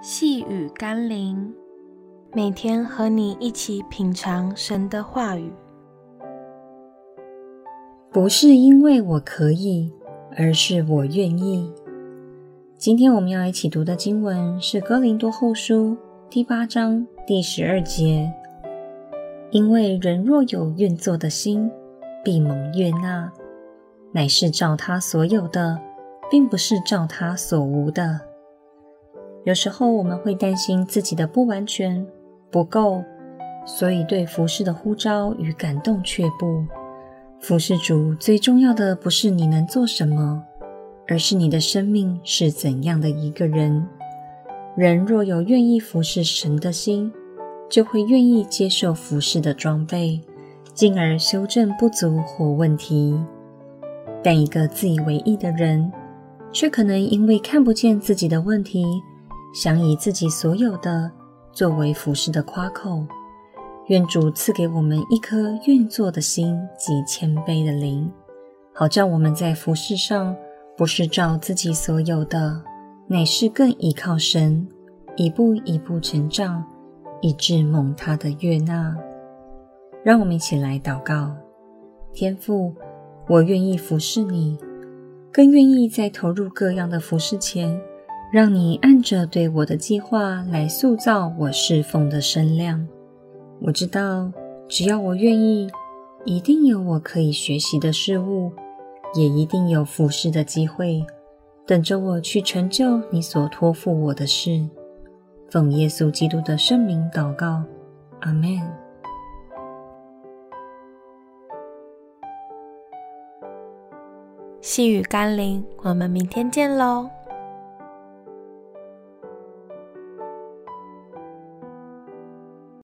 细雨甘霖，每天和你一起品尝神的话语。 不是因为我可以，而是我愿意。今天我们要一起读的经文是哥林多后书第8章第12节。因为人若有愿做的心，必蒙悦纳，乃是照他所有的，并不是照他所无的。有时候我们会担心自己的不完全、不够，所以对服事的呼召与感动却步。服事主最重要的不是你能做什么，而是你的生命是怎样的一个人。人若有愿意服事神的心，就会愿意接受服事的装备，进而修正不足或问题。但一个自以为意的人，却可能因为看不见自己的问题，想以自己所有的作为服事的夸口。愿主赐给我们一颗愿做的心及谦卑的灵，好叫我们在服事上不是照自己所有的，乃是更依靠神，一步一步成长，以致蒙他的悦纳。让我们一起来祷告。天父，我愿意服事你，更愿意在投入各样的服事前，让你按着对我的计划来塑造我侍奉的身量。我知道只要我愿意，一定有我可以学习的事物，也一定有服事的机会，等着我去成就你所托付我的事。奉耶稣基督的圣名祷告，阿们。 细雨甘霖，我们明天见咯。